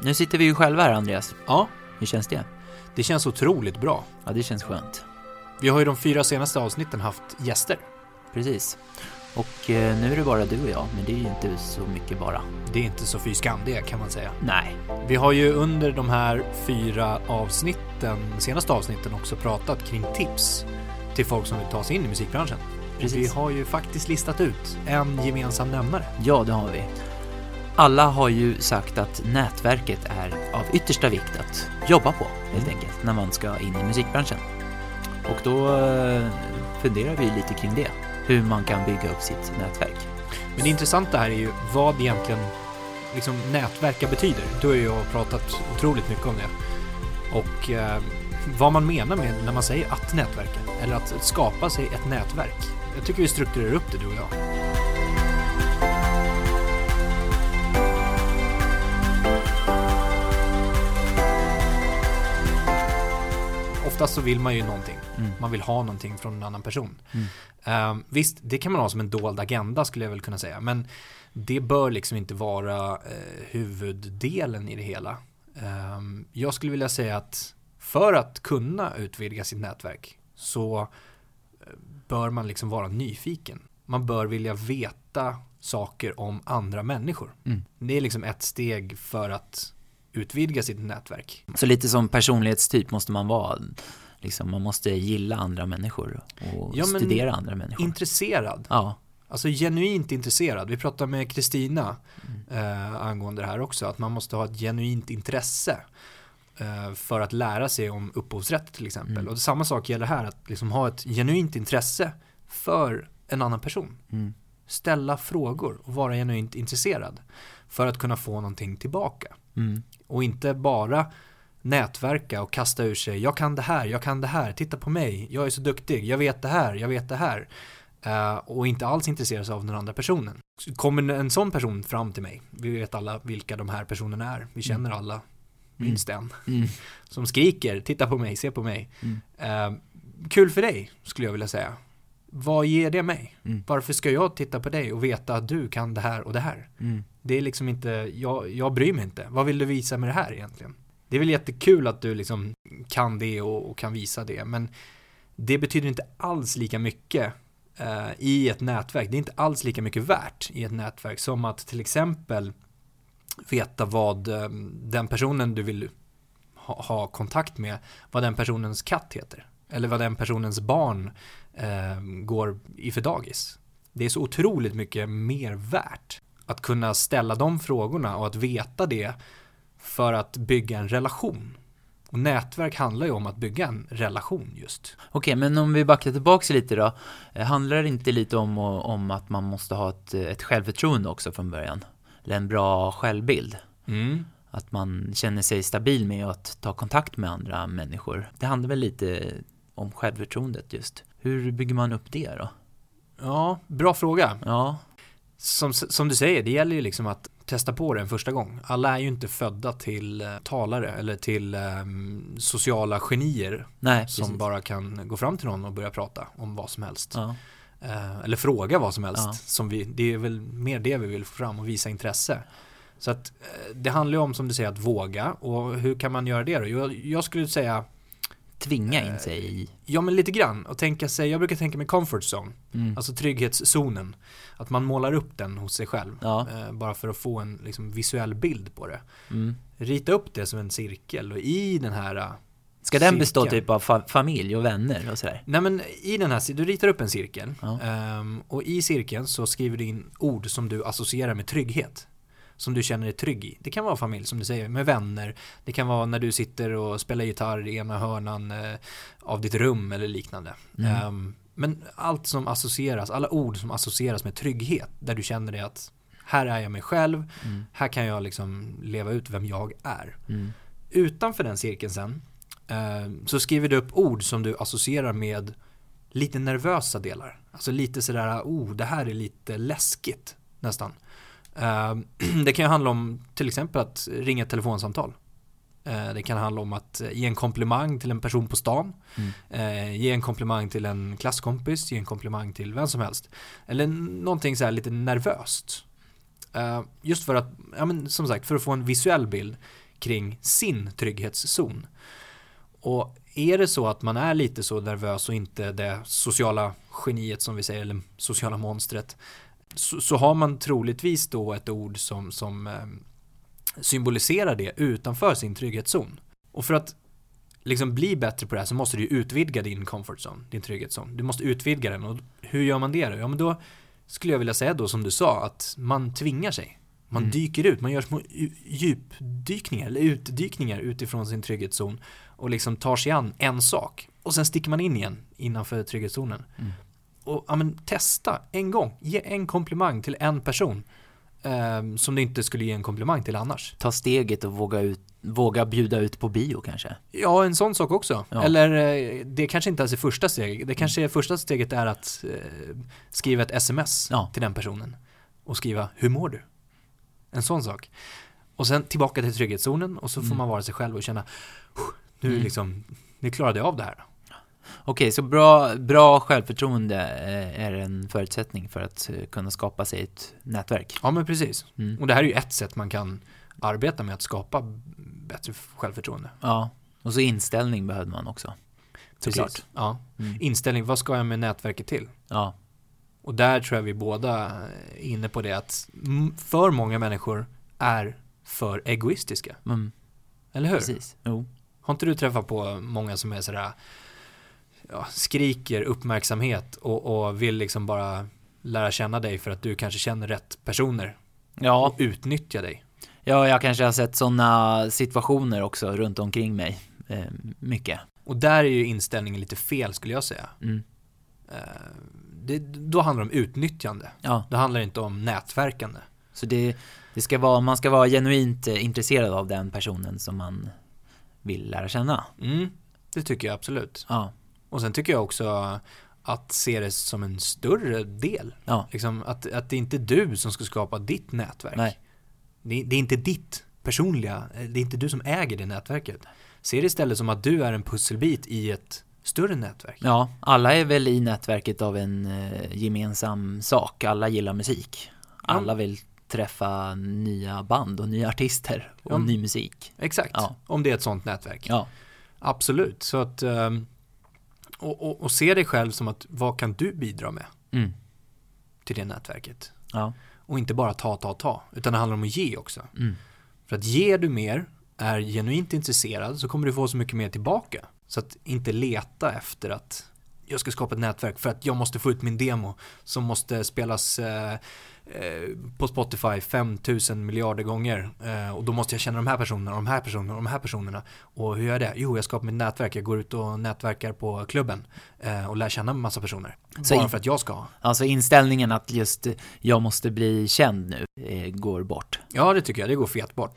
Nu sitter vi ju själva här, Andreas. Ja, Hur känns det? det känns otroligt bra. Ja, det känns skönt. Vi har ju de 4 senaste avsnitten haft gäster. Precis. Och nu är det bara du och jag, men det är ju inte så mycket bara. Det är inte så fy skam det, kan man säga. Nej. Vi har ju under de här 4 senaste avsnitten också pratat kring tips till folk som vill ta sig in i musikbranschen. Precis. Vi har ju faktiskt listat ut en gemensam nämnare. Ja, det har vi. Alla har ju sagt att nätverket är av yttersta vikt att jobba på, helt enkelt, när man ska in i musikbranschen. Och då funderar vi lite kring det. Hur man kan bygga upp sitt nätverk. Men det intressanta här är ju vad egentligen liksom nätverka betyder. Du och jag har pratat otroligt mycket om det. Och vad man menar med när man säger att nätverka. Eller att skapa sig ett nätverk. Jag tycker vi strukturerar upp det, du och jag. Oftast så vill man ju någonting. Man vill ha någonting från en annan person. Visst, det kan man ha som en dold agenda, skulle jag väl kunna säga. Men det bör liksom inte vara huvuddelen i det hela. Jag skulle vilja säga att för att kunna utvidga sitt nätverk så bör man liksom vara nyfiken. Man bör vilja veta saker om andra människor. Det är liksom ett steg för att utvidga sitt nätverk. Så lite som personlighetstyp måste man vara. Liksom, man måste gilla andra människor och studera andra människor. Intresserad. Ja. Alltså genuint intresserad. Vi pratade med Kristina angående det här också. Att man måste ha ett genuint intresse för att lära sig om upphovsrätt till exempel. Och samma sak gäller här. Att liksom ha ett genuint intresse för en annan person. Ställa frågor och vara genuint intresserad. För att kunna få någonting tillbaka. Och inte bara nätverka och kasta ur sig. Jag kan det här, titta på mig. Jag är så duktig, jag vet det här. Och inte alls intresserad av den andra personen. Kommer en sån person fram till mig, vi vet alla vilka de här personerna är. Vi känner alla minst en. Som skriker, titta på mig, se på mig. Kul för dig, skulle jag vilja säga. Vad ger det mig? Varför ska jag titta på dig och veta att du kan det här och det här? Det är liksom inte, jag bryr mig inte. Vad vill du visa med det här egentligen? Det är väl jättekul att du liksom kan det och kan visa det. Men det betyder inte alls lika mycket i ett nätverk. Det är inte alls lika mycket värt i ett nätverk som att till exempel veta vad den personen du vill ha kontakt med, vad den personens katt heter. Eller vad den personens barn går i för dagis. Det är så otroligt mycket mer värt att kunna ställa de frågorna och att veta det för att bygga en relation. Och nätverk handlar ju om att bygga en relation just. Okej, men om vi backar tillbaka lite då. Handlar det inte lite om att man måste ha ett självförtroende också från början? Eller en bra självbild? Att man känner sig stabil med att ta kontakt med andra människor. Det handlar väl lite om självförtroendet just. Hur bygger man upp det då? Ja, bra fråga. Ja. Som du säger, det gäller ju liksom att testa på det en första gång. Alla är ju inte födda till talare eller till sociala genier. Nej, som precis. bara kan gå fram till någon och börja prata om vad som helst. Ja. Eller fråga vad som helst. Ja. Det är väl mer det vi vill få fram och visa intresse. Så att det handlar ju om, som du säger, att våga. Och hur kan man göra det då? Jag skulle säga tvinga in sig i. Ja, men lite grann. Och tänka sig, jag brukar tänka med comfort zone. Alltså trygghetszonen. Att man målar upp den hos sig själv. Ja. Bara för att få en liksom, visuell bild på det. Rita upp det som en cirkel. Och i den här ska den bestå typ av familj och vänner och sådär? Nej, men i den här, du ritar upp en cirkel. Ja. Och i cirkeln så skriver du in ord som du associerar med trygghet. Som du känner dig trygg i. Det kan vara familj, som du säger, med vänner. Det kan vara när du sitter och spelar gitarr i ena hörnan av ditt rum eller liknande. Men allt som associeras, alla ord som associeras med trygghet, där du känner dig att här är jag mig själv, här kan jag liksom leva ut vem jag är. Utanför den cirkeln sen så skriver du upp ord som du associerar med lite nervösa delar. Alltså lite sådär, det här är lite läskigt nästan. Det kan ju handla om till exempel att ringa ett telefonsamtal. Det kan handla om att ge en komplimang till en person på stan. Ge en komplimang till en klasskompis. Ge en komplimang till vem som helst. Eller någonting så här lite nervöst. Just för att, ja, men som sagt, för att få en visuell bild kring sin trygghetszon. Och är det så att man är lite så nervös och inte det sociala geniet som vi säger, eller sociala monstret, så har man troligtvis då ett ord som symboliserar det utanför sin trygghetszon. Och för att liksom bli bättre på det här så måste du utvidga din comfort zone, din trygghetszon. Du måste utvidga den. Och hur gör man det då? Ja, men då skulle jag vilja säga då, som du sa, att man tvingar sig. Man dyker ut, man gör små djupdykningar eller utdykningar utifrån sin trygghetszon och liksom tar sig an en sak. Och sen sticker man in igen innanför trygghetszonen. Och ja, men testa en gång. Ge en komplimang till en person som du inte skulle ge en komplimang till annars. Ta steget och våga bjuda ut på bio kanske. Ja, en sån sak också. Ja. Eller det kanske inte ens är första steget. Det kanske är första steget är att skriva ett sms till den personen. Och skriva, hur mår du? En sån sak. Och sen tillbaka till trygghetszonen och så får man vara sig själv och känna, nu klarade jag av det här. Okej, så bra självförtroende är en förutsättning för att kunna skapa sig ett nätverk. Ja, men precis. Och det här är ju ett sätt man kan arbeta med att skapa bättre självförtroende. Ja, och så inställning behöver man också. Precis. Ja. Inställning, vad ska jag med nätverket till? Ja. Och där tror jag vi båda är inne på det att för många människor är för egoistiska. Eller hur? Precis. Jo. Har inte du träffat på många som är sådär skriker uppmärksamhet och vill liksom bara lära känna dig för att du kanske känner rätt personer och utnyttja dig? Ja, jag kanske har sett sådana situationer också runt omkring mig. Mycket. Och där är ju inställningen lite fel, skulle jag säga. Då handlar det om utnyttjande. Ja. Det handlar inte om nätverkande. Så man ska vara genuint intresserad av den personen som man vill lära känna. Det tycker jag absolut. Ja. Och sen tycker jag också att se det som en större del. Ja. Liksom att det är inte du som ska skapa ditt nätverk. Nej. Det är inte ditt personliga, det är inte du som äger det nätverket. Se det istället som att du är en pusselbit i ett större nätverk. Ja, alla är väl i nätverket av en gemensam sak. Alla gillar musik. Alla vill träffa nya band och nya artister och ny musik. Exakt, om det är ett sånt nätverk. Ja. Absolut, så att och se dig själv som att vad kan du bidra med till det nätverket? Ja. Och inte bara ta, utan det handlar om att ge också. För att ger du mer, är genuint intresserad, så kommer du få så mycket mer tillbaka. Så att inte leta efter att jag ska skapa ett nätverk för att jag måste få ut min demo som måste spelas på Spotify 5000 miljarder gånger och då måste jag känna de här personerna. Och hur gör jag det? Jo, jag skapar mitt nätverk. Jag går ut och nätverkar på klubben och lär känna en massa personer. Bara för att jag ska. Alltså inställningen att just jag måste bli känd nu går bort. Ja, det tycker jag. Det går fet bort.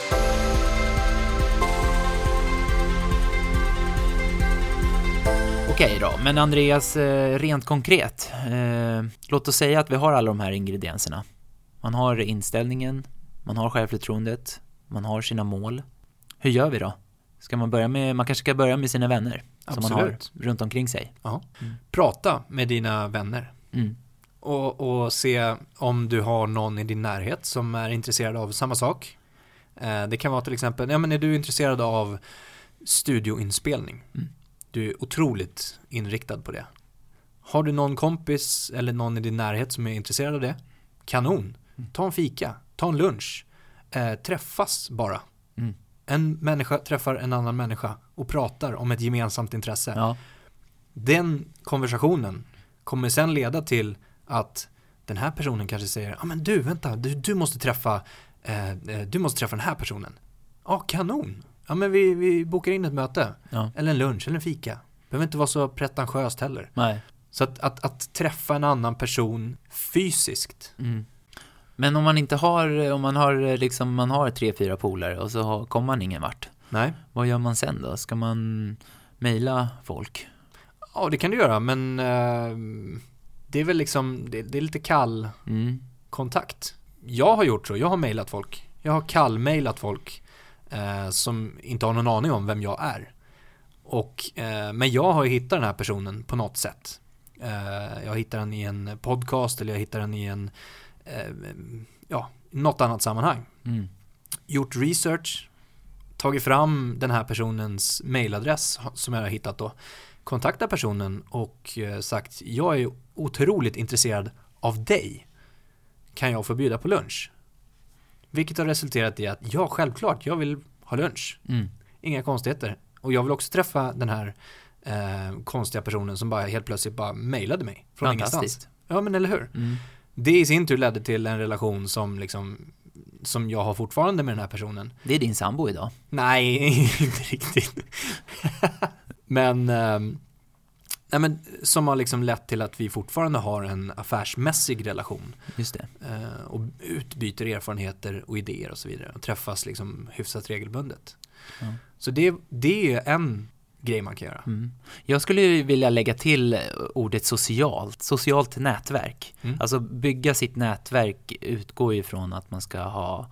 Okej då, men Andreas, rent konkret, låt oss säga att vi har alla de här ingredienserna. Man har inställningen, man har självförtroendet, man har sina mål. Hur gör vi då? Man kanske ska börja med sina vänner. Absolut. Som man har runt omkring sig. Ja. Prata med dina vänner. Och se om du har någon i din närhet som är intresserad av samma sak. Det kan vara till exempel, men är du intresserad av studioinspelning? Du är otroligt inriktad på det. Har du någon kompis eller någon i din närhet som är intresserad av det? Kanon. Ta en fika, ta en lunch. Träffas bara. En människa träffar en annan människa och pratar om ett gemensamt intresse. Ja. Den konversationen kommer sen leda till att den här personen kanske säger, men du, vänta, du måste träffa den här personen. Ja, kanon. Ja, men vi bokar in ett möte. Ja. Eller en lunch eller en fika. Det behöver inte vara så pretentiöst heller. Nej. Så att träffa en annan person fysiskt. Men om man inte har, man har 3-4 polare och så kommer man ingen vart. Nej. Vad gör man sen då? Ska man mejla folk? Ja, det kan du göra, men det är väl liksom, det är lite kall kontakt. Jag har gjort så, jag har mejlat folk. Jag har kallmejlat folk som inte har någon aning om vem jag är. Men jag har ju hittat den här personen på något sätt. Jag hittar den i en podcast eller jag hittar den i en något annat sammanhang. Gjort research, tagit fram den här personens mailadress som jag har hittat då, kontaktat personen och sagt jag är otroligt intresserad av dig. Kan jag få bjuda på lunch? Vilket har resulterat i att ja, självklart, jag vill ha lunch. Inga konstigheter. Och jag vill också träffa den här konstiga personen som bara helt plötsligt bara mejlade mig från ingenstans. Ja, men eller hur? Det i sin tur ledde till en relation som jag har fortfarande med den här personen. Det är din sambo idag? Nej, inte riktigt. men som har liksom lett till att vi fortfarande har en affärsmässig relation. Just det. Och utbyter erfarenheter och idéer och så vidare. Och träffas liksom hyfsat regelbundet. Så det är en grej man kan göra. Jag skulle vilja lägga till ordet socialt nätverk. Alltså bygga sitt nätverk utgår ju från att man ska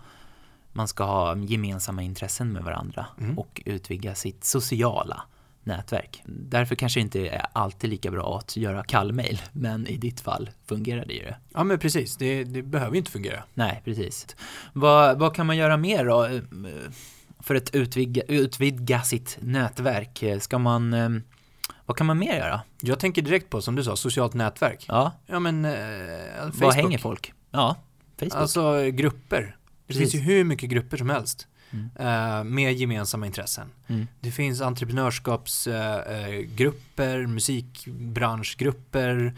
ha gemensamma intressen med varandra och utvidga sitt sociala nätverk. Därför kanske det inte är alltid lika bra att göra kallmail, men i ditt fall fungerar det ju. Ja, men precis. Det behöver ju inte fungera. Nej, precis. Vad kan man göra mer då för att utvidga sitt nätverk? Vad kan man mer göra? Jag tänker direkt på, som du sa, socialt nätverk. Ja. Ja, men Facebook. Vad hänger folk? Ja, Facebook. Alltså grupper. Det finns ju hur mycket grupper som helst. Med gemensamma intressen. Det finns entreprenörskapsgrupper, musikbranschgrupper,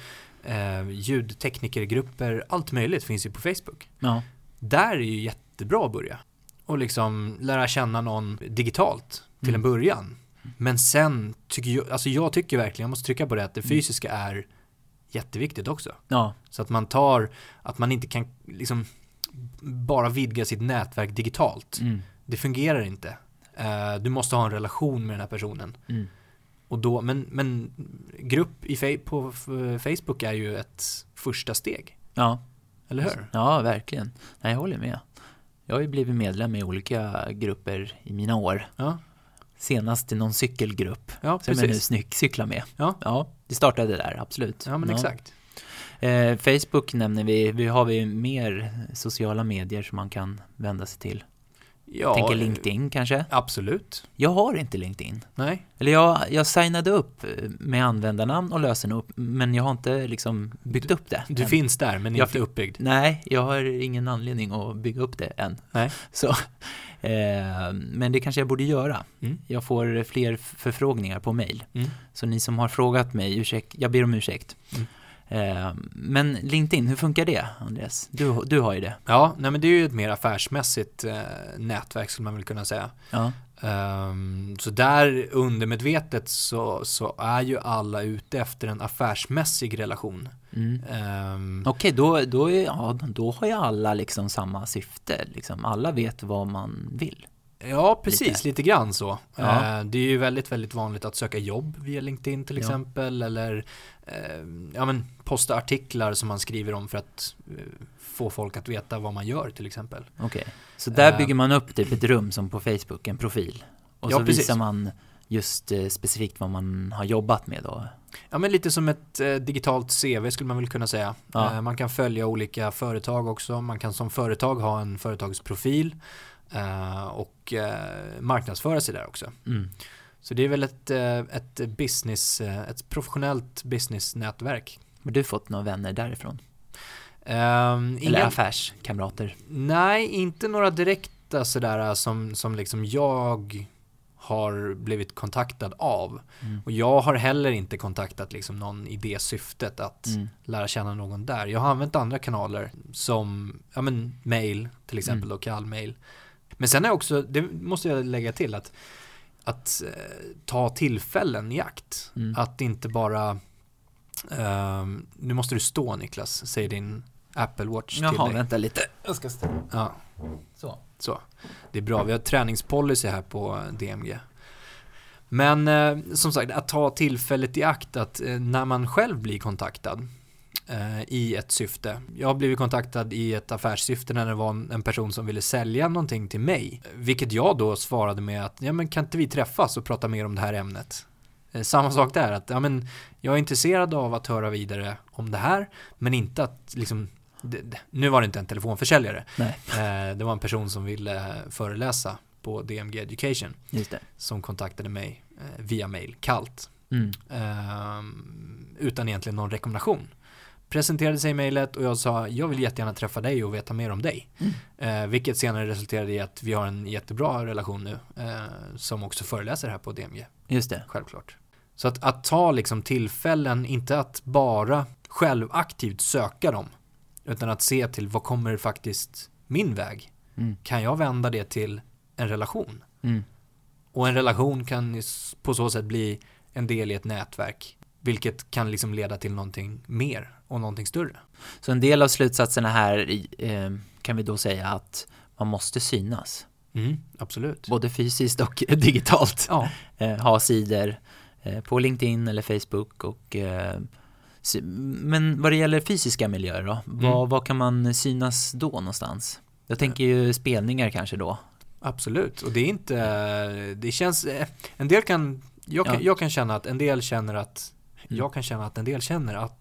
ljudteknikergrupper, allt möjligt finns ju på Facebook. Ja. Där är ju jättebra att börja. Och liksom lära känna någon digitalt till en början. Men sen jag tycker verkligen, jag måste trycka på det, att det fysiska är jätteviktigt också. Ja. Så att man inte kan liksom bara vidga sitt nätverk digitalt. Det fungerar inte. Du måste ha en relation med den här personen. Och då, men grupp på Facebook är ju ett första steg. Ja. Eller hur? Ja, verkligen. Nej, jag håller med. Jag har ju blivit medlem i olika grupper i mina år. Ja. Senast i någon cykelgrupp som jag nu cyklar med. Ja, det startade där, absolut. Ja, men exakt. Facebook nämner vi har vi mer sociala medier som man kan vända sig till. Ja, tänker LinkedIn kanske? Absolut. Jag har inte LinkedIn. Nej. Eller jag signade upp med användarnamn och lösenord, men jag har inte liksom byggt upp det. Du finns där, men inte uppbyggd. Nej, jag har ingen anledning att bygga upp det än. Nej. Så, men det kanske jag borde göra. Jag får fler förfrågningar på mejl. Så ni som har frågat mig, jag ber om ursäkt. Men LinkedIn, hur funkar det, Andreas? Du har ju det. Ja, nej, men det är ju ett mer affärsmässigt nätverk, skulle man väl kunna säga. Ja. Så där undermedvetet så är ju alla ute efter en affärsmässig relation. Okej, då har ju alla liksom samma syfte. Liksom. Alla vet vad man vill. Ja, precis. Lite grann så. Ja. Det är ju väldigt, väldigt vanligt att söka jobb via LinkedIn till exempel. Eller posta artiklar som man skriver om för att få folk att veta vad man gör till exempel. Okej. Så där bygger man upp typ ett rum som på Facebook, en profil. Och så visar man just specifikt vad man har jobbat med då. Ja, men lite som ett digitalt CV skulle man väl kunna säga. Ja. Man kan följa olika företag också. Man kan som företag ha en företagsprofil. Och marknadsföra sig där också. Så det är väl ett professionellt businessnätverk. Har du fått några vänner därifrån? Eller affärskamrater? Nej, inte några direkta sådär som liksom jag har blivit kontaktad av. Och jag har heller inte kontaktat liksom någon i det syftet att lära känna någon där. Jag har använt andra kanaler som mail till exempel och kallmail. Men sen är också, det måste jag lägga till, att ta tillfällen i akt. Att inte bara nu måste du stå, Niklas, säger din Apple Watch till dig. Jaha, vänta lite. Jag ska stå. Ja. Så. Det är bra, vi har träningspolicy här på DMG. Men som sagt, att ta tillfället i akt att när man själv blir kontaktad i ett syfte. Jag har blivit kontaktad i ett affärssyfte när det var en person som ville sälja någonting till mig. Vilket jag då svarade med att kan inte vi träffas och prata mer om det här ämnet? Samma sak där, att jag är intresserad av att höra vidare om det här, men inte att liksom, nu var det inte en telefonförsäljare. Nej. Det var en person som ville föreläsa på DMG Education. Just det. Som kontaktade mig via mail, kallt. Utan egentligen någon rekommendation. Presenterade sig i mejlet och jag sa jag vill jättegärna träffa dig och veta mer om dig. Vilket senare resulterade i att vi har en jättebra relation nu som också föreläser här på DMG. Just det. Självklart. Så att ta liksom tillfällen, inte att bara själv aktivt söka dem, utan att se till vad kommer faktiskt min väg. Kan jag vända det till en relation? Och en relation kan på så sätt bli en del i ett nätverk, vilket kan liksom leda till någonting mer och någonting större. Så en del av slutsatserna här kan vi då säga att man måste synas. Absolut. Både fysiskt och digitalt. Ja. Ha sidor på LinkedIn eller Facebook. Men vad det gäller fysiska miljöer då? Vad kan man synas då någonstans? Jag tänker ju spelningar kanske då. Absolut. Och det är inte... Det känns... En del kan... Jag kan känna att en del känner att... Jag kan känna att en del känner att...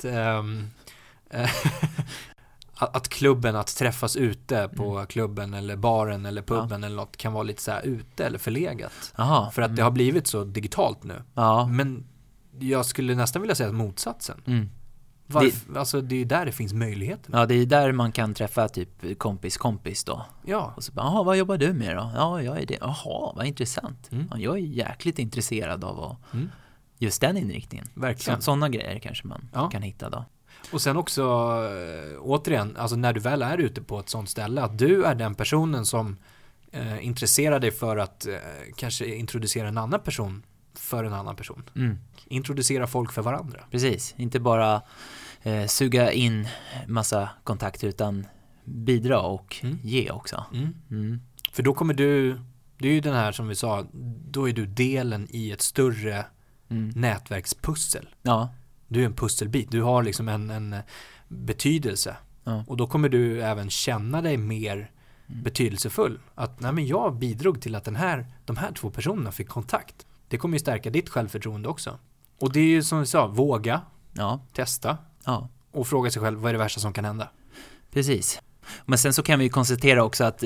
att klubben, att träffas ute på klubben eller baren eller puben eller något kan vara lite så här ute eller förlegat. Aha. För att det har blivit så digitalt nu. Ja. Men jag skulle nästan vilja säga motsatsen. Alltså det är där det finns möjligheter. Ja, det är där man kan träffa typ kompis då. Ja. Och så bara, vad jobbar du med då? Ja, jag är det. Jaha, vad intressant. Ja, jag är jäkligt intresserad av just den inriktningen. Verkligen. Sådana grejer kanske man kan hitta då. Och sen också, återigen, alltså när du väl är ute på ett sånt ställe, att du är den personen som intresserar dig för att kanske introducera en annan person för en annan person. Introducera folk för varandra. Precis, inte bara suga in massa kontakter utan bidra och ge också. För då kommer du, det är ju den här som vi sa, då är du delen i ett större nätverkspussel. Ja. Du är en pusselbit, du har liksom en betydelse. Ja. Och då kommer du även känna dig mer betydelsefull. Att nej, men jag bidrog till att de här två personerna fick kontakt. Det kommer ju stärka ditt självförtroende också. Och det är ju som vi sa, våga, testa och fråga sig själv, vad är det värsta som kan hända? Precis. Men sen så kan vi ju konstatera också att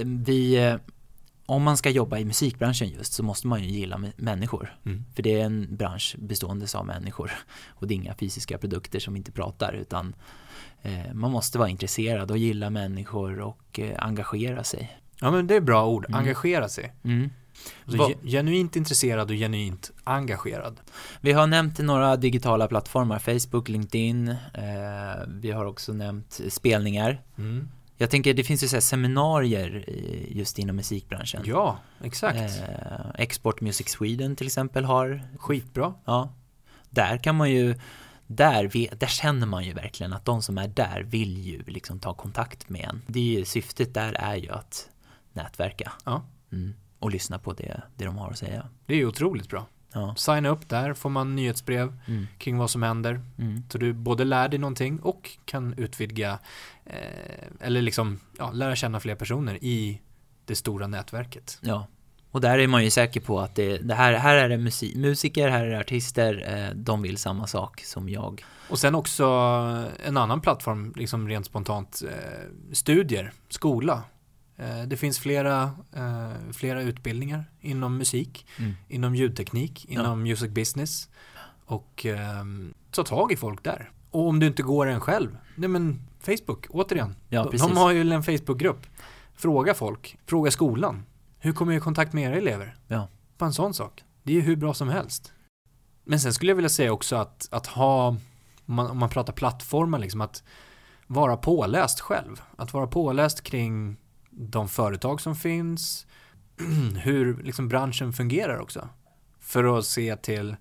om man ska jobba i musikbranschen just så måste man ju gilla människor. För det är en bransch bestående av människor. Och det är inga fysiska produkter som inte pratar utan man måste vara intresserad och gilla människor och engagera sig. Ja, men det är bra ord, engagera sig. Alltså, genuint intresserad och genuint engagerad. Vi har nämnt några digitala plattformar, Facebook, LinkedIn. Vi har också nämnt spelningar. Jag tänker det finns ju så här seminarier just inom musikbranschen. Ja, exakt. Export Music Sweden till exempel har. Skitbra. Ja. Där kan man ju där känner man ju verkligen att de som är där vill ju liksom ta kontakt med en. Syftet där är ju att nätverka. Ja. Och lyssna på det de har att säga. Det är ju otroligt bra. Ja. Signa upp där, får man nyhetsbrev kring vad som händer. Så du både lär dig någonting och kan utvidga eller liksom lära känna fler personer i det stora nätverket. Ja, och där är man ju säker på att det här är det musiker, här är det artister, de vill samma sak som jag. Och sen också en annan plattform, liksom rent spontant, studier, skola. Det finns flera utbildningar inom musik, inom ljudteknik, inom music business och ta tag i folk där. Och om du inte går en själv, nej men Facebook, återigen. Ja, de har ju en Facebook-grupp. Fråga folk, fråga skolan. Hur kommer jag i kontakt med era elever? Ja. På en sån sak. Det är ju hur bra som helst. Men sen skulle jag vilja säga också att ha, om man pratar plattformar, liksom att vara påläst själv. Att vara påläst kring de företag som finns, hur liksom branschen fungerar också. För att se till,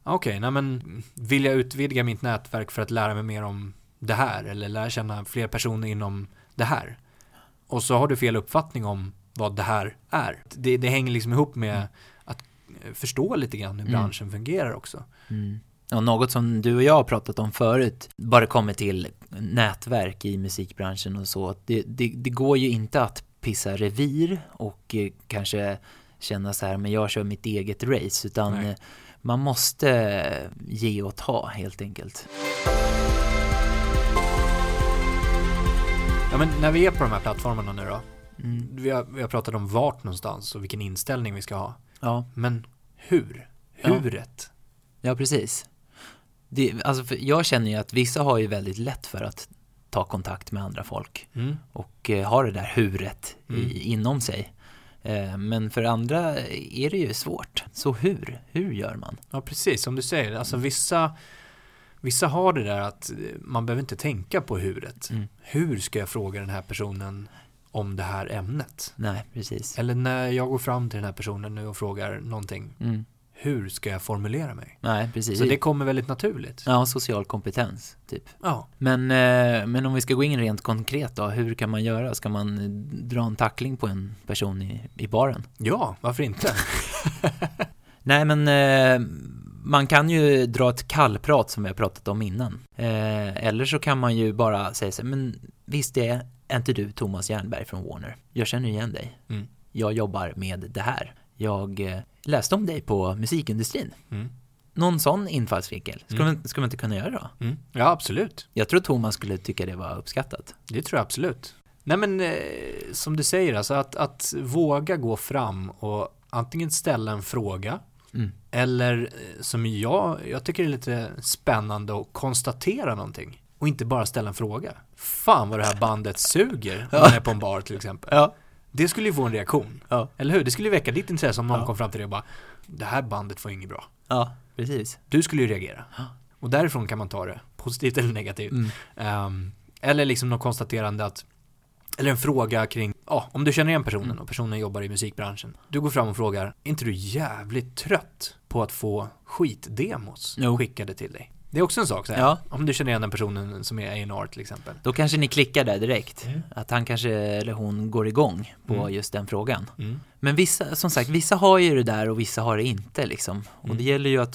vill jag utvidga mitt nätverk för att lära mig mer om det här eller lära känna fler personer inom det här. Och så har du fel uppfattning om vad det här är. Det hänger liksom ihop med att förstå lite grann hur branschen fungerar också. Ja, något som du och jag har pratat om förut, bara kommer till nätverk i musikbranschen och så. Det går ju inte att pissa revir och kanske känna så här, men jag kör mitt eget race, utan man måste ge och ta helt enkelt. Ja, men när vi är på de här plattformarna nu då, Vi har pratat om vart någonstans och vilken inställning vi ska ha. Ja. Men huret? Ja, precis. För jag känner ju att vissa har ju väldigt lätt för att ta kontakt med andra folk och har det där huret inom sig. Men för andra är det ju svårt. Så hur gör man? Ja, precis. Som du säger, alltså vissa har det där att man behöver inte tänka på huret. Hur ska jag fråga den här personen om det här ämnet? Nej, precis. Eller när jag går fram till den här personen nu och frågar någonting. Hur ska jag formulera mig? Nej, precis. Så det kommer väldigt naturligt. Ja, social kompetens, typ. Ja. Men om vi ska gå in rent konkret då, hur kan man göra? Ska man dra en tackling på en person i baren? Ja, varför inte? Nej, men man kan ju dra ett kallprat som vi har pratat om innan. Eller så kan man ju bara säga så här, men visst är inte du Thomas Jernberg från Warner? Jag känner igen dig. Jag jobbar med det här. Jag läste om dig på musikindustrin. Någon sån infallsvinkel. Ska man inte kunna göra då? Ja, absolut. Jag tror Thomas skulle tycka det var uppskattat. Det tror jag absolut. Nej, men som du säger, alltså att våga gå fram och antingen ställa en fråga eller som jag tycker det är lite spännande att konstatera någonting och inte bara ställa en fråga. Fan vad det här bandet suger när man är på en bar till exempel. Ja. Det skulle ju få en reaktion. Ja. Eller hur? Det skulle ju väcka ditt intresse om någon kom fram till dig och bara, det här bandet får inget bra. Ja, precis. Du skulle ju reagera. Och därifrån kan man ta det, positivt eller negativt. Eller liksom något konstaterande att, eller en fråga kring, om du känner igen personen och personen jobbar i musikbranschen. Du går fram och frågar, är inte du jävligt trött på att få skitdemos skickade till dig? Det är också en sak så här. Ja. Om du känner igen den personen som är A&R till exempel. Då kanske ni klickar där direkt. Att han kanske eller hon går igång på just den frågan. Men vissa, som sagt, vissa har ju det där och vissa har det inte liksom. Och det gäller ju att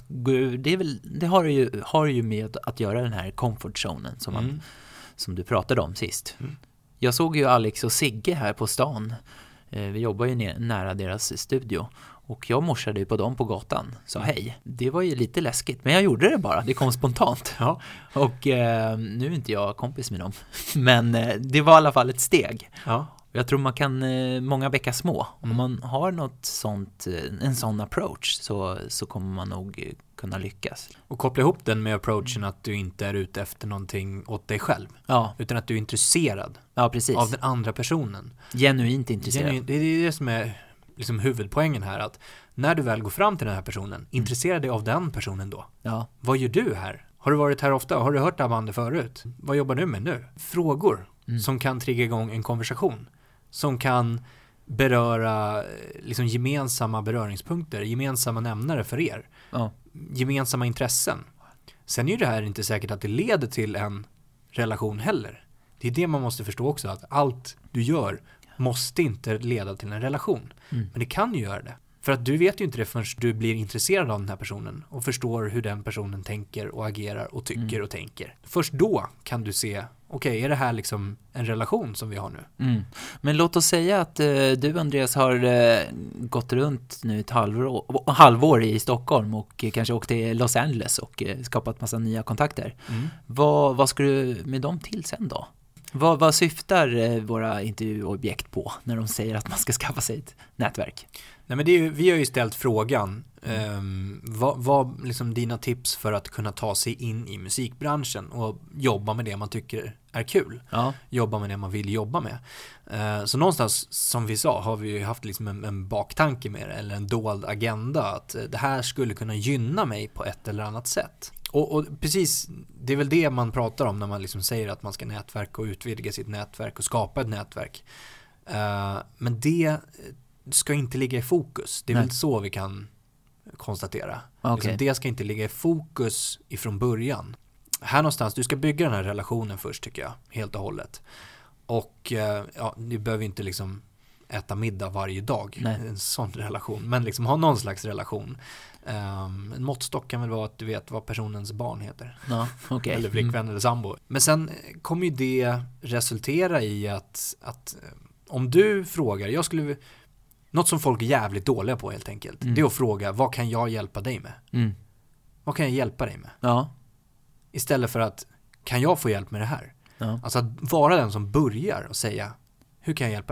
det har ju med att göra den här comfort zonen som du pratade om sist. Jag såg ju Alex och Sigge här på stan. Vi jobbar ju nära deras studio. Och jag morsade ju på dem på gatan. Så hej, det var ju lite läskigt. Men jag gjorde det bara, det kom spontant. Ja. Och nu är inte jag kompis med dem. Men det var i alla fall ett steg. Ja. Jag tror man kan, många bäckar små. Om man har något sånt, en sån approach så kommer man nog kunna lyckas. Och koppla ihop den med approachen att du inte är ute efter någonting åt dig själv. Ja. Utan att du är intresserad precis. av den andra personen. Genuint intresserad. Det är det som är liksom huvudpoängen här, att när du väl går fram till den här personen, intressera dig av den personen då. Ja. Vad gör du här? Har du varit här ofta? Har du hört det här bandet förut? Vad jobbar du med nu? Frågor som kan trigga igång en konversation. Som kan beröra liksom gemensamma beröringspunkter, gemensamma nämnare för er. Ja. Gemensamma intressen. Sen är ju det här inte säkert att det leder till en relation heller. Det är det man måste förstå också, att allt du gör måste inte leda till en relation. Men det kan ju göra det. För att du vet ju inte det förrän du blir intresserad av den här personen och förstår hur den personen tänker och agerar och tycker och tänker. Först då kan du se, okej, är det här liksom en relation som vi har nu? Men låt oss säga att du, Andreas, har gått runt nu ett halvår i Stockholm och kanske åkt till Los Angeles och skapat massa nya kontakter. Vad ska du med dem till sen då? Vad syftar våra intervjuobjekt på när de säger att man ska skaffa sig ett nätverk? Nej, men vi har ju ställt frågan, vad liksom dina tips för att kunna ta sig in i musikbranschen och jobba med det man tycker är kul. Ja. Jobba med det man vill jobba med. Så någonstans, som vi sa, har vi ju haft liksom en baktanke med det, eller en dold agenda, att det här skulle kunna gynna mig på ett eller annat sätt. Och precis, det är väl det man pratar om när man liksom säger att man ska nätverka och utvidga sitt nätverk och skapa ett nätverk. Men det ska inte ligga i fokus. Det är väl så vi kan konstatera. Okay. Liksom, det ska inte ligga i fokus ifrån början. Här någonstans, du ska bygga den här relationen först, tycker jag, helt och hållet. Och du behöver inte liksom äta middag varje dag. Nej. En sån relation. Men liksom ha någon slags relation. En måttstock kan väl vara att du vet vad personens barn heter. Ja, okay. Eller flickvän eller sambo. Men sen kommer ju det resultera i att om du frågar, något som folk är jävligt dåliga på helt enkelt, det är att fråga, vad kan jag hjälpa dig med? Vad kan jag hjälpa dig med? Ja. Istället för att, kan jag få hjälp med det här? Ja. Alltså att vara den som börjar och säga, hur kan jag hjälpa dig?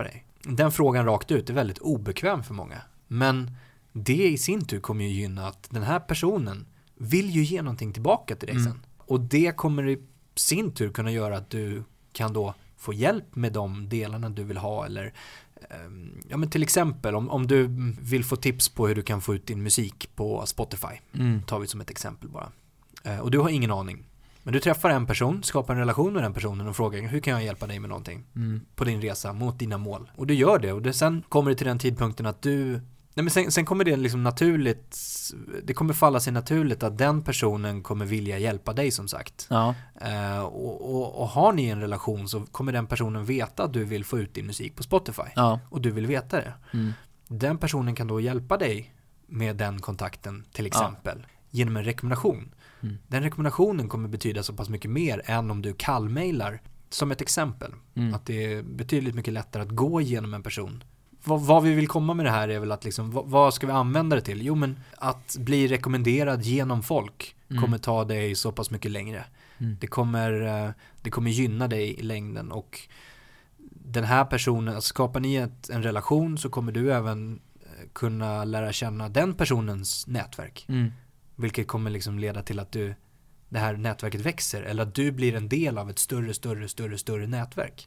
den frågan rakt ut är väldigt obekväm för många. Men det i sin tur kommer ju gynna att den här personen vill ju ge någonting tillbaka till dig sen. Och det kommer i sin tur kunna göra att du kan då få hjälp med de delarna du vill ha. Eller ja, men till exempel om du vill få tips på hur du kan få ut din musik på Spotify. Tar vi som ett exempel bara. Och du har ingen aning. Men du träffar en person, skapar en relation med den personen och frågar hur kan jag hjälpa dig med någonting på din resa mot dina mål. Och du gör det och sen kommer det till den tidpunkten att du... Nej, men sen kommer det liksom naturligt, det kommer falla sig naturligt att den personen kommer vilja hjälpa dig som sagt. Ja. Och har ni en relation så kommer den personen veta att du vill få ut din musik på Spotify. Ja. Och du vill veta det. Den personen kan då hjälpa dig med den kontakten till exempel genom en rekommendation. Den rekommendationen kommer betyda så pass mycket mer än om du kallmailar som ett exempel. Att det är betydligt mycket lättare att gå igenom en person. Vad vi vill komma med det här är väl att liksom, vad ska vi använda det till? Jo, men att bli rekommenderad genom folk kommer ta dig så pass mycket längre. Det kommer gynna dig i längden och den här personen, skapar ni en relation så kommer du även kunna lära känna den personens nätverk. Vilket kommer liksom leda till att det här nätverket växer eller att du blir en del av ett större nätverk.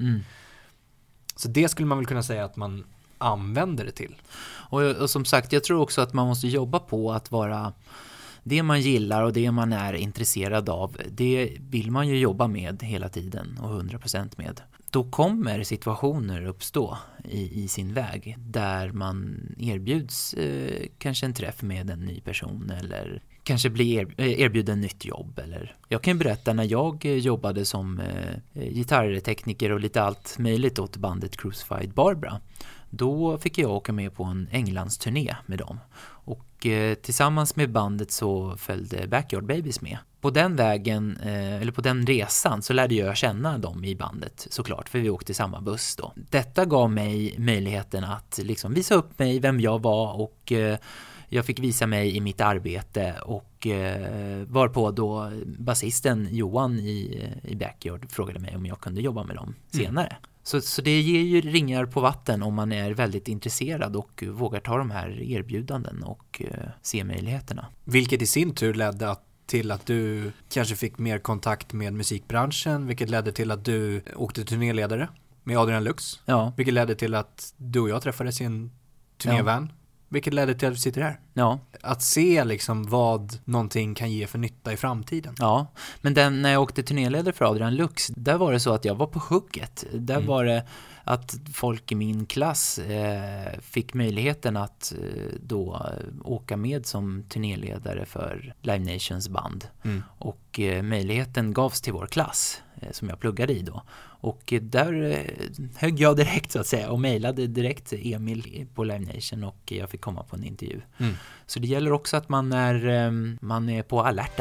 Så det skulle man väl kunna säga att man använder det till. Och som sagt, jag tror också att man måste jobba på att vara det man gillar och det man är intresserad av. Det vill man ju jobba med hela tiden och 100% med. Då kommer situationer uppstå i sin väg där man erbjuds kanske en träff med en ny person eller kanske blir erbjuden nytt jobb. Eller jag kan berätta när jag jobbade som gitarrtekniker och lite allt möjligt åt bandet Crucified Barbara. Då fick jag åka med på en Englandsturné med dem. Och tillsammans med bandet så följde Backyard Babies med. På den vägen, eller på den resan så lärde jag känna dem i bandet såklart. För vi åkte i samma buss då. Detta gav mig möjligheten att liksom visa upp mig, vem jag var och... Jag fick visa mig i mitt arbete och varpå då basisten Johan i Backyard frågade mig om jag kunde jobba med dem senare. Så det ger ju ringar på vatten om man är väldigt intresserad och vågar ta de här erbjudanden och se möjligheterna. Vilket i sin tur ledde till att du kanske fick mer kontakt med musikbranschen, vilket ledde till att du åkte turnéledare med Adrian Lux. Ja. Vilket ledde till att du och jag träffades i en turnévan. Vilket ledde till att vi sitter här. Ja. Att se liksom vad någonting kan ge för nytta i framtiden. Ja, men när jag åkte turnéledare för Adrian Lux, där var det så att jag var på hugget. Där var det att folk i min klass fick möjligheten att då åka med som turnéledare för Live Nations band. Och möjligheten gavs till vår klass som jag pluggade i då. Och där högg jag direkt så att säga och mejlade direkt Emil på Live Nation och jag fick komma på en intervju. Så det gäller också att man är på alerten.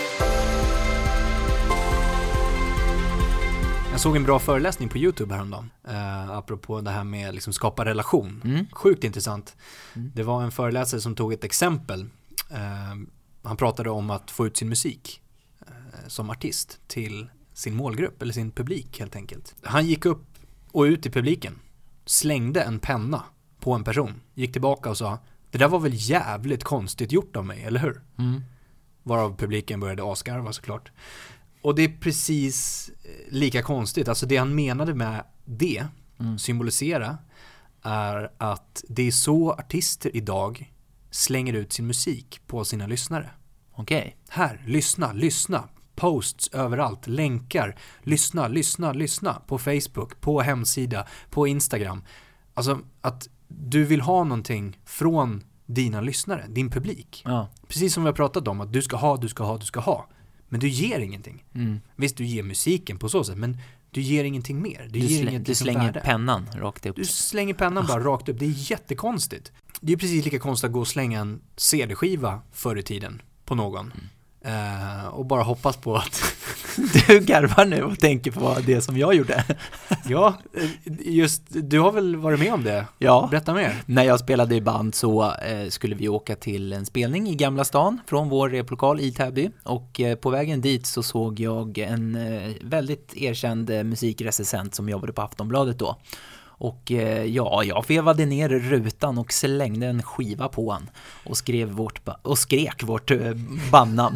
Jag såg en bra föreläsning på YouTube häromdagen apropå det här med liksom skapa relation. Sjukt intressant. Det var en föreläsare som tog ett exempel. Han pratade om att få ut sin musik som artist till sin målgrupp eller sin publik helt enkelt. Han gick upp och ut i publiken, slängde en penna på en person, gick tillbaka och sa det där var väl jävligt konstigt gjort av mig, eller hur? Varav publiken började asgarva såklart. Och det är precis lika konstigt. Alltså det han menade med det, symbolisera, är att det är så artister idag slänger ut sin musik på sina lyssnare. Okej. Här, lyssna. Posts överallt, länkar, lyssna på Facebook, på hemsida, på Instagram. Alltså att du vill ha någonting från dina lyssnare, din publik. Ja. Precis som vi har pratat om, att du ska ha. Men du ger ingenting. Visst, du ger musiken på så sätt, men du ger ingenting mer. Du slänger pennan rakt upp. Du slänger pennan bara rakt upp. Det är jättekonstigt. Det är precis lika konstigt att gå och slänga en CD-skiva förr i tiden på någon. Och bara hoppas på att du garvar nu och tänker på det som jag gjorde. Ja, just du har väl varit med om det? Ja. Berätta mer. När jag spelade i band så skulle vi åka till en spelning i Gamla stan från vår replokal i Täby. Och på vägen dit så såg jag en väldigt erkänd musikrecensent som jobbade på Aftonbladet då. Och jag vevade ner rutan och slängde en skiva på han och skrek vårt bandnamn.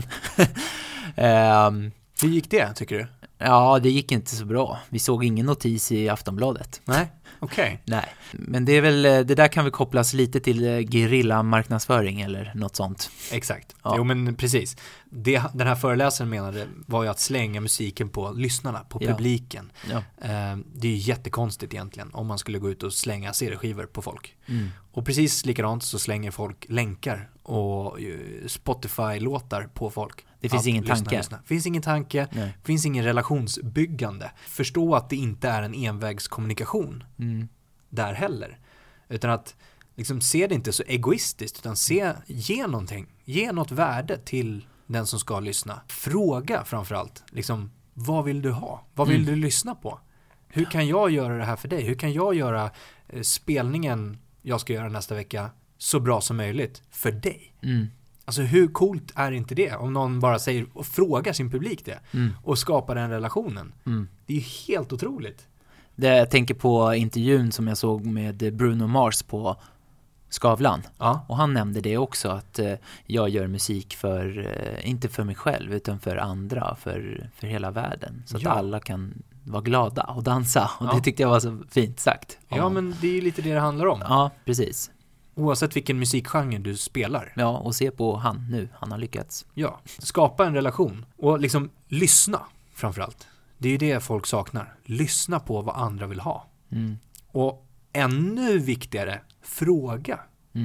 Hur gick det, tycker du? Ja, det gick inte så bra. Vi såg ingen notis i Aftonbladet. Nej, okej. Nej, men det är väl, det där kan väl kopplas lite till guerilla-marknadsföring eller något sånt. Exakt, Ja. jo men precis. Den här föreläsaren menade var ju att slänga musiken på lyssnarna, på publiken. Ja. Det är ju jättekonstigt egentligen om man skulle gå ut och slänga CD-skivor på folk. Mm. Och precis likadant så slänger folk länkar och Spotify-låtar på folk. Det finns ingen tanke. Det finns ingen tanke, Nej. finns ingen relationsbyggande. Förstå att det inte är en envägskommunikation där heller. Utan att liksom se det inte så egoistiskt, utan ge någonting. Ge något värde till den som ska lyssna. Fråga framförallt, liksom, vad vill du ha? Vad vill du lyssna på? Hur kan jag göra det här för dig? Hur kan jag göra spelningen jag ska göra nästa vecka så bra som möjligt för dig? Alltså hur coolt är inte det? Om någon bara säger och frågar sin publik det och skapar den relationen. Det är ju helt otroligt. Jag tänker på intervjun som jag såg med Bruno Mars på Skavlan. Ja. Och han nämnde det också, att jag gör musik inte för mig själv utan för andra, för hela världen. Så att alla kan vara glada och dansa. Och det tyckte jag var så fint sagt. Ja, men det är ju lite det handlar om. Ja, precis. Oavsett vilken musikgenre du spelar. Ja, och se på han nu. Han har lyckats. Ja, skapa en relation. Och liksom lyssna framförallt. Det är ju det folk saknar. Lyssna på vad andra vill ha. Och ännu viktigare, fråga.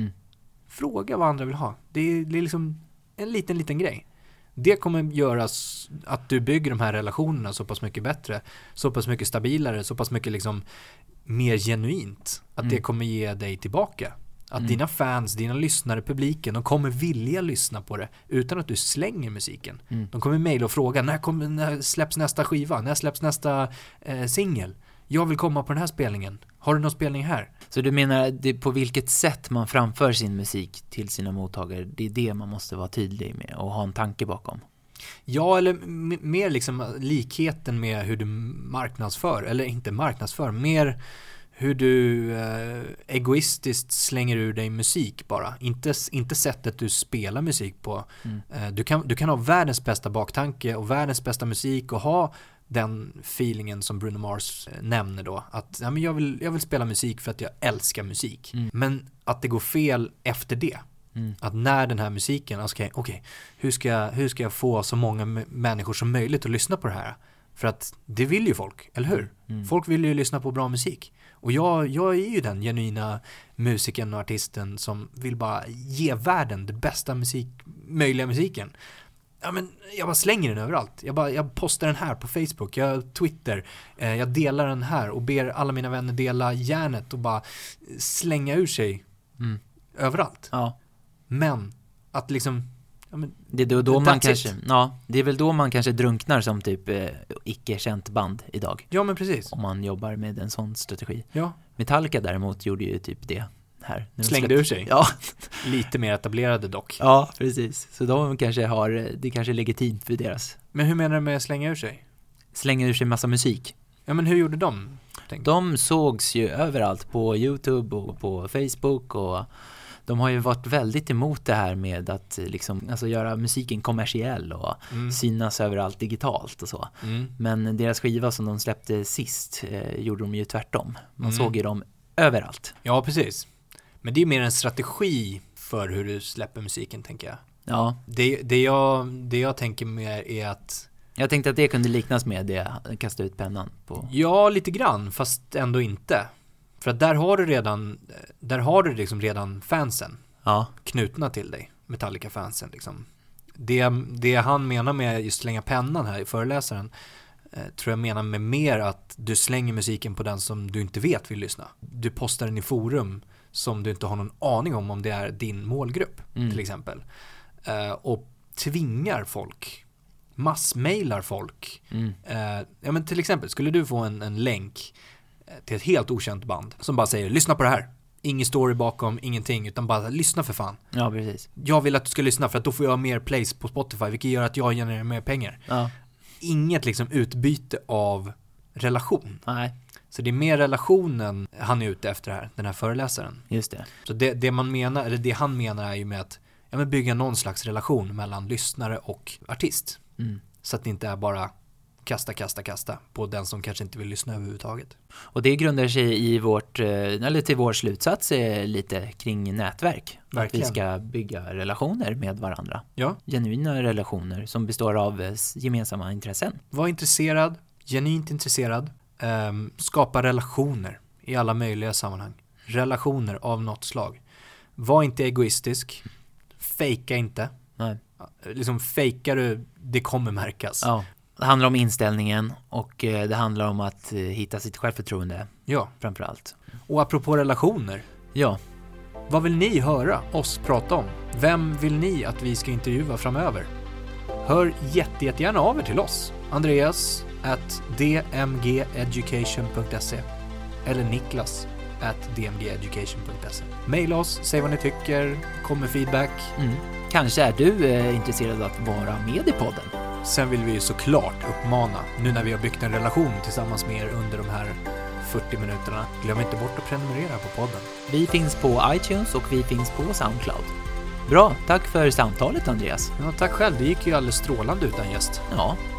Fråga vad andra vill ha. Det är liksom en liten grej. Det kommer göra att du bygger de här relationerna så pass mycket bättre, så pass mycket stabilare, så pass mycket liksom mer genuint. Att det kommer ge dig tillbaka. Att dina fans, dina lyssnare, publiken, de kommer vilja lyssna på det utan att du slänger musiken. De kommer mejla och fråga, när släpps nästa skiva? När släpps nästa singel? Jag vill komma på den här spelningen. Har du någon spelning här? Så du menar det på vilket sätt man framför sin musik till sina mottagare, det är det man måste vara tydlig med och ha en tanke bakom? Ja, eller mer liksom likheten med hur du marknadsför, eller inte marknadsför, mer hur du egoistiskt slänger ur dig musik bara. Inte sättet du spelar musik på. Du kan ha världens bästa baktanke och världens bästa musik och ha den feelingen som Bruno Mars nämner då. Att ja, men jag vill spela musik för att jag älskar musik. Men att det går fel efter det. Att när den här musiken, okej, hur ska jag få så många människor som möjligt att lyssna på det här? För att det vill ju folk, eller hur? Folk vill ju lyssna på bra musik. Och jag är ju den genuina musikern och artisten som vill bara ge världen det bästa möjliga musiken. Ja, men jag bara slänger den överallt. Jag postar den här på Facebook, jag Twitter, jag delar den här och ber alla mina vänner dela järnet och bara slänga ur sig överallt. Ja. Men att liksom det är då man kanske, det är väl då man kanske drunknar som typ icke-känt band idag. Ja, men precis. Om man jobbar med en sån strategi. Ja. Metallica däremot gjorde ju typ det här. Slängde ur sig. Ja. Lite mer etablerade dock. Ja, precis. Så de kanske det kanske är legitimt för deras. Men hur menar du med slänga ur sig? Slänga ur sig massa musik. Ja, men hur gjorde de? De sågs ju överallt på YouTube och på Facebook och de har ju varit väldigt emot det här med att liksom, alltså göra musiken kommersiell och synas överallt digitalt och så. Men deras skiva som de släppte sist gjorde de ju tvärtom. Man såg ju dem överallt. Ja, precis. Men det är mer en strategi för hur du släpper musiken, tänker jag. Ja. Det jag tänker mer är att... Jag tänkte att det kunde liknas med det, kasta ut pennan på... Ja, lite grann, fast ändå inte. För att där har du liksom redan fansen knutna till dig, Metallica-fansen liksom. Det han menar med just slänga pennan här i föreläsaren tror jag menar med mer att du slänger musiken på den som du inte vet vill lyssna. Du postar den i forum som du inte har någon aning om det är din målgrupp till exempel. Och tvingar folk, massmailar folk. Ja, men till exempel, skulle du få en länk till ett helt okänt band som bara säger, lyssna på det här. Ingen story bakom, ingenting, utan bara lyssna för fan. Ja, precis. Jag vill att du ska lyssna för att då får jag mer plays på Spotify, vilket gör att jag genererar mer pengar. Ja. Inget liksom utbyte av relation. Nej. Så det är mer relationen han är ute efter här, den här föreläsaren. Just det. Så det man menar, eller det han menar är ju med att bygga någon slags relation mellan lyssnare och artist. Så att det inte är bara kasta på den som kanske inte vill lyssna överhuvudtaget. Och det grundar sig i till vår slutsats lite kring nätverk. Verkligen. Att vi ska bygga relationer med varandra. Ja. Genuina relationer som består av gemensamma intressen. Var intresserad, genuint intresserad. Skapa relationer i alla möjliga sammanhang. Relationer av något slag. Var inte egoistisk. Fejka inte. Nej. Liksom fejkar du, det kommer märkas. Ja. Det handlar om inställningen och det handlar om att hitta sitt självförtroende. Ja. Framförallt. Och apropå relationer. Ja. Vad vill ni höra oss prata om? Vem vill ni att vi ska intervjua framöver? Hör jättegärna av er till oss. Andreas @dmgeducation.se eller Niklas @dmgeducation.se. Maila oss, säg vad ni tycker, kom med feedback. Kanske är du intresserad att vara med i podden. Sen vill vi ju såklart uppmana, nu när vi har byggt en relation tillsammans med er under de här 40 minuterna, glöm inte bort att prenumerera på podden. Vi finns på iTunes och vi finns på Soundcloud. Bra, tack för samtalet Andreas. Ja, tack själv, det gick ju alldeles strålande utan gäst. Ja,